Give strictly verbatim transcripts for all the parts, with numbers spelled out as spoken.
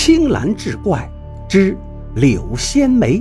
青兰志怪之柳仙梅。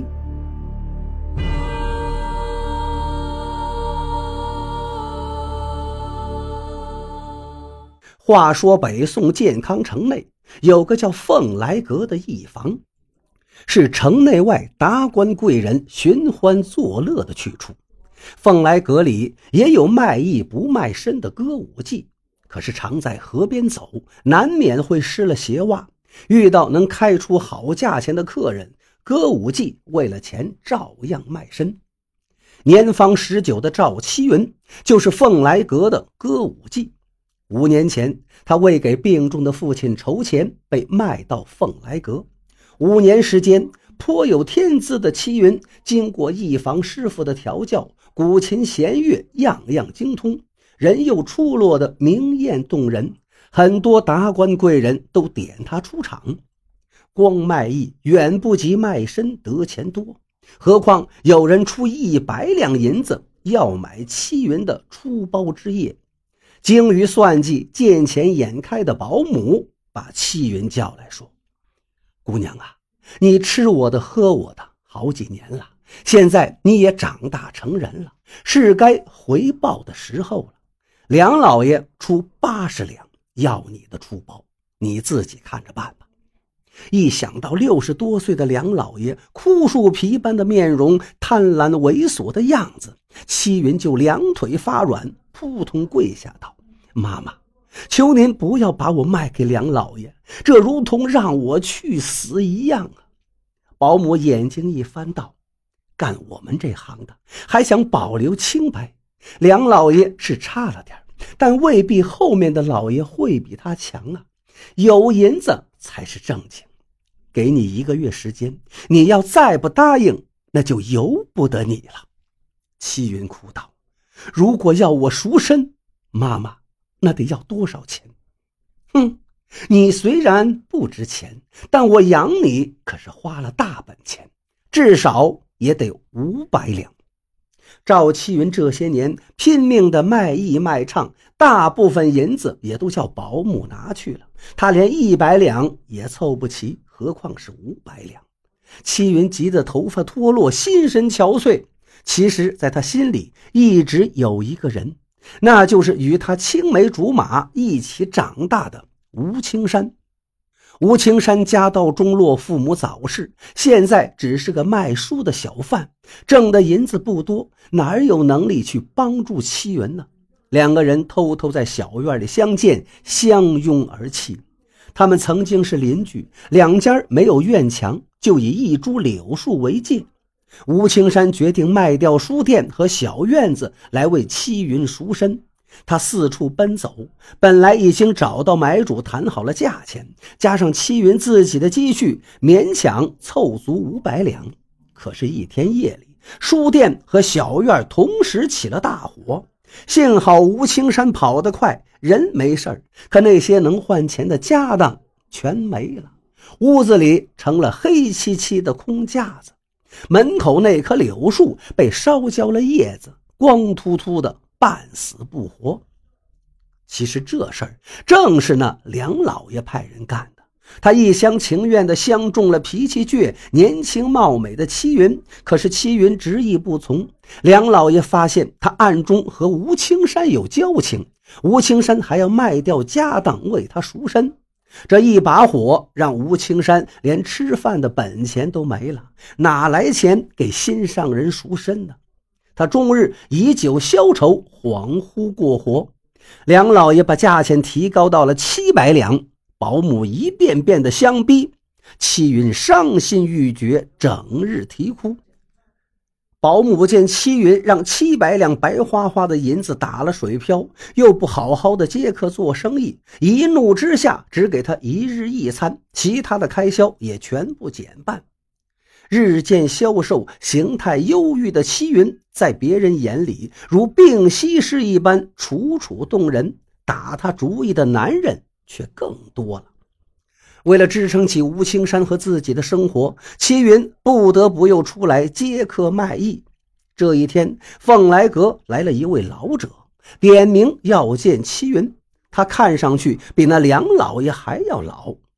话说北宋建康城内有个叫凤来阁的驿坊，是城内外达官贵人寻欢作乐的去处。凤来阁里也有卖艺不卖身的歌舞伎，可是常在河边走，难免会湿了鞋袜。遇到能开出好价钱的客人，歌舞伎为了钱照样卖身。年方十九的赵七云就是凤来阁的歌舞伎。五年前，他为给病重的父亲筹钱，被卖到凤来阁。五年时间，颇有天资的七云经过一房师傅的调教，古琴弦乐样样精通，人又出落的明艳动人，很多达官贵人都点他出场。光卖艺远不及卖身得钱多，何况有人出一百两银子要买七云的出包之夜。精于算计、见钱眼开的保姆把七云叫来说：姑娘啊，你吃我的喝我的好几年了，现在你也长大成人了，是该回报的时候了。梁老爷出八十两要你的出包，你自己看着办吧。一想到六十多岁的梁老爷枯树皮般的面容、贪婪猥琐的样子，七云就两腿发软，扑通跪下道：妈妈，求您不要把我卖给梁老爷，这如同让我去死一样啊。保姆眼睛一翻道：干我们这行的还想保留清白，梁老爷是差了点，但未必后面的老爷会比他强啊，有银子才是正经。给你一个月时间，你要再不答应，那就由不得你了。七云哭道：如果要我赎身，妈妈，那得要多少钱？哼，你虽然不值钱，但我养你可是花了大本钱，至少也得五百两。赵七云这些年拼命的卖艺卖唱，大部分银子也都叫保姆拿去了，他连一百两也凑不齐，何况是五百两。七云急得头发脱落，心神憔悴。其实在他心里一直有一个人，那就是与他青梅竹马一起长大的吴青山。吴青山家道中落，父母早逝，现在只是个卖书的小贩，挣的银子不多，哪有能力去帮助七云呢？两个人偷偷在小院里相见，相拥而泣。他们曾经是邻居，两家没有院墙，就以一株柳树为界。吴青山决定卖掉书店和小院子来为七云赎身。他四处奔走，本来已经找到买主，谈好了价钱，加上七云自己的积蓄，勉强凑足五百两。可是一天夜里，书店和小院同时起了大火，幸好吴青山跑得快，人没事，可那些能换钱的家当全没了。屋子里成了黑漆漆的空架子，门口那棵柳树被烧焦了叶子，光秃秃的，半死不活。其实这事儿正是那梁老爷派人干的，他一厢情愿地相中了脾气倔、年轻貌美的七云，可是七云执意不从。梁老爷发现他暗中和吴青山有交情，吴青山还要卖掉家当为他赎身。这一把火让吴青山连吃饭的本钱都没了，哪来钱给心上人赎身呢？他终日以酒消愁，恍惚过活。梁老爷把价钱提高到了七百两，保姆一遍遍的相逼，七云伤心欲绝，整日啼哭。保姆见七云让七百两白花花的银子打了水漂，又不好好的接客做生意，一怒之下只给他一日一餐，其他的开销也全部减半。日渐消瘦、形态忧郁的七云，在别人眼里如病西施一般楚楚动人，打他主意的男人却更多了。为了支撑起吴青山和自己的生活，七云不得不又出来接客卖艺。这一天，凤来阁来了一位老者，点名要见七云。他看上去比那梁老爷还要老，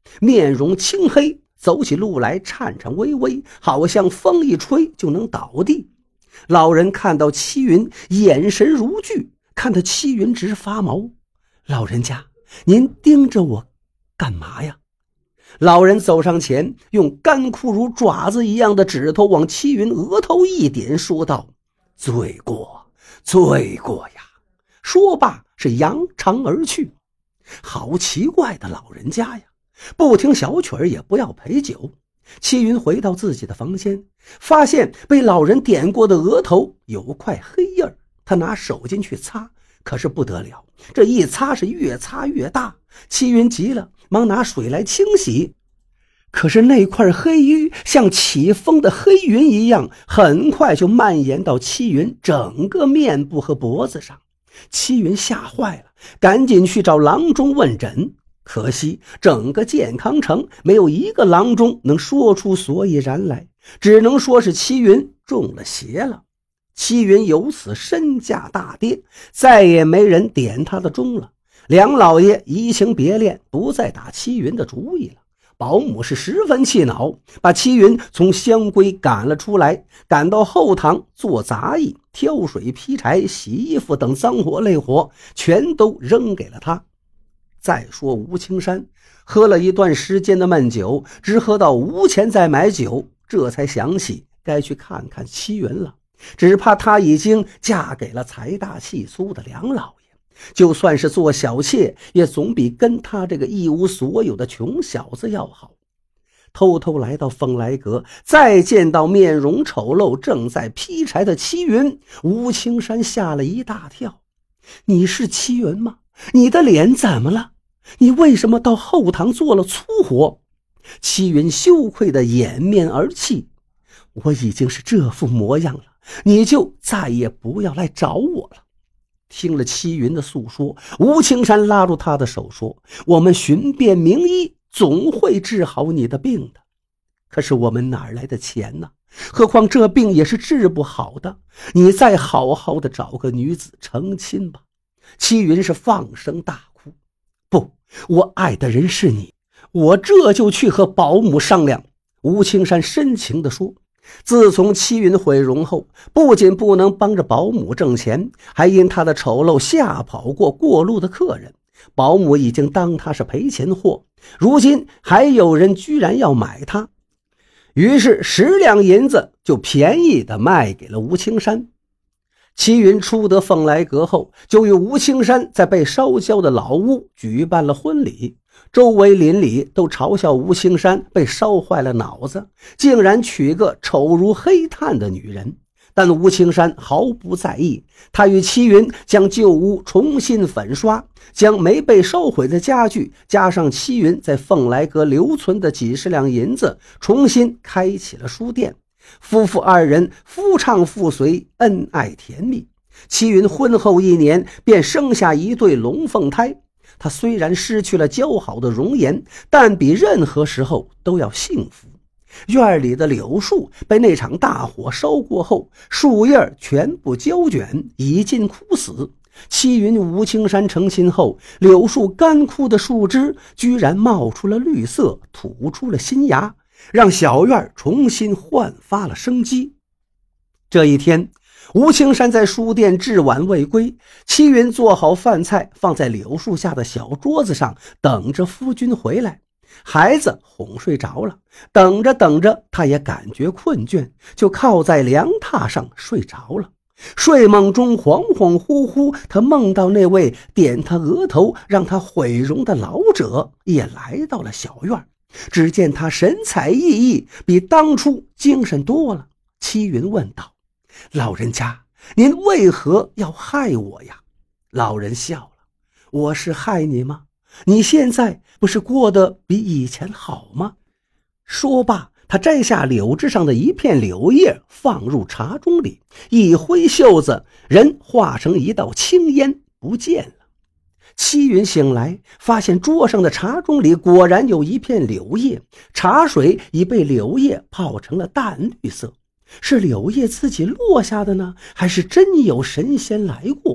面容青黑，走起路来颤颤巍巍，好像风一吹就能倒地。老人看到戚云，眼神如炬，看得戚云直发毛。老人家，您盯着我干嘛呀？老人走上前，用干枯如爪子一样的指头往戚云额头一点，说道：罪过，罪过呀！说罢是扬长而去。好奇怪的老人家呀，不听小曲儿也不要陪酒。戚云回到自己的房间，发现被老人点过的额头有块黑印儿，他拿手进去擦，可是不得了，这一擦是越擦越大。戚云急了，忙拿水来清洗，可是那块黑瘀像起风的黑云一样，很快就蔓延到戚云整个面部和脖子上。戚云吓坏了，赶紧去找郎中问诊。可惜整个健康城没有一个郎中能说出所以然来，只能说是戚云中了邪了。戚云由此身价大跌，再也没人点他的钟了。梁老爷移情别恋，不再打戚云的主意了。保姆是十分气恼，把戚云从香闺赶了出来，赶到后堂做杂役，挑水劈柴洗衣服等脏活累活全都扔给了他。再说吴青山喝了一段时间的闷酒，只喝到无钱再买酒，这才想起该去看看戚云了，只怕她已经嫁给了财大气粗的梁老爷，就算是做小妾也总比跟他这个一无所有的穷小子要好。偷偷来到凤来阁，再见到面容丑陋正在劈柴的戚云，吴青山吓了一大跳。你是戚云吗？你的脸怎么了？你为什么到后堂做了粗活？戚云羞愧的掩面而泣。我已经是这副模样了，你就再也不要来找我了。听了戚云的诉说，吴青山拉住他的手说，我们寻遍名医，总会治好你的病的。可是我们哪来的钱呢？何况这病也是治不好的，你再好好的找个女子成亲吧。戚云是放声大哭，不，我爱的人是你，我这就去和保姆商量。吴青山深情地说，自从戚云毁容后，不仅不能帮着保姆挣钱，还因他的丑陋吓跑过过路的客人，保姆已经当他是赔钱货，如今还有人居然要买他，于是十两银子就便宜的卖给了吴青山。戚云出得凤来阁后，就与吴青山在被烧焦的老屋举办了婚礼。周围邻里都嘲笑吴青山被烧坏了脑子，竟然娶个丑如黑炭的女人。但吴青山毫不在意，他与戚云将旧屋重新粉刷，将没被烧毁的家具加上戚云在凤来阁留存的几十两银子，重新开启了书店。夫妇二人夫唱妇随，恩爱甜蜜。戚云婚后一年便生下一对龙凤胎，她虽然失去了姣好的容颜，但比任何时候都要幸福。院里的柳树被那场大火烧过后，树叶全部焦卷，已近枯死。戚云吴青山成亲后，柳树干枯的树枝居然冒出了绿色，吐出了新芽，让小院重新焕发了生机。这一天，吴青山在书店至晚未归，戚云做好饭菜放在柳树下的小桌子上，等着夫君回来。孩子哄睡着了，等着等着他也感觉困倦，就靠在凉榻上睡着了。睡梦中恍恍惚惚，他梦到那位点他额头让他毁容的老者也来到了小院。只见他神采奕奕，比当初精神多了。戚云问道，老人家，您为何要害我呀？老人笑了，我是害你吗？你现在不是过得比以前好吗？说罢，他摘下柳枝上的一片柳叶，放入茶盅里，一挥袖子，人化成一道青烟不见了。戚云醒来，发现桌上的茶盅里果然有一片柳叶，茶水已被柳叶泡成了淡绿色。是柳叶自己落下的呢，还是真有神仙来过？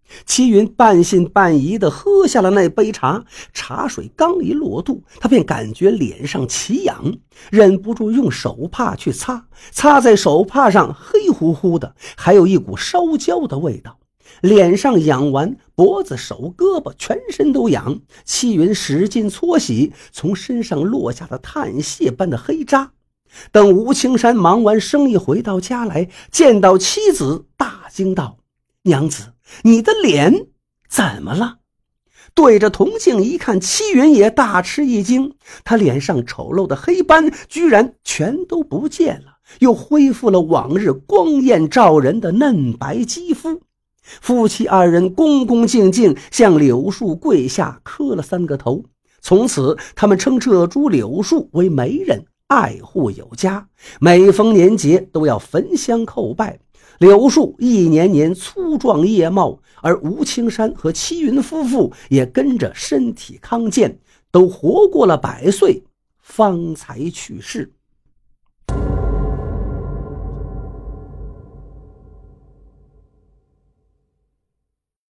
齐云半信半疑地喝下了那杯茶，茶水刚一落肚，他便感觉脸上奇痒，忍不住用手帕去擦，擦在手帕上黑乎乎的，还有一股烧焦的味道。脸上痒完，脖子、手、胳膊全身都痒。齐云使劲搓洗从身上落下的碳屑般的黑渣。等吴青山忙完生意回到家来，见到妻子，大惊道：娘子，你的脸怎么了？对着铜镜一看，齐云也大吃一惊，他脸上丑陋的黑斑居然全都不见了，又恢复了往日光艳照人的嫩白肌肤。夫妻二人恭恭敬敬向柳树跪下磕了三个头，从此他们称这株柳树为媒人，爱护有加，每逢年节都要焚香叩拜。柳树一年年粗壮叶茂，而吴青山和齐云夫妇也跟着身体康健，都活过了百岁，方才去世。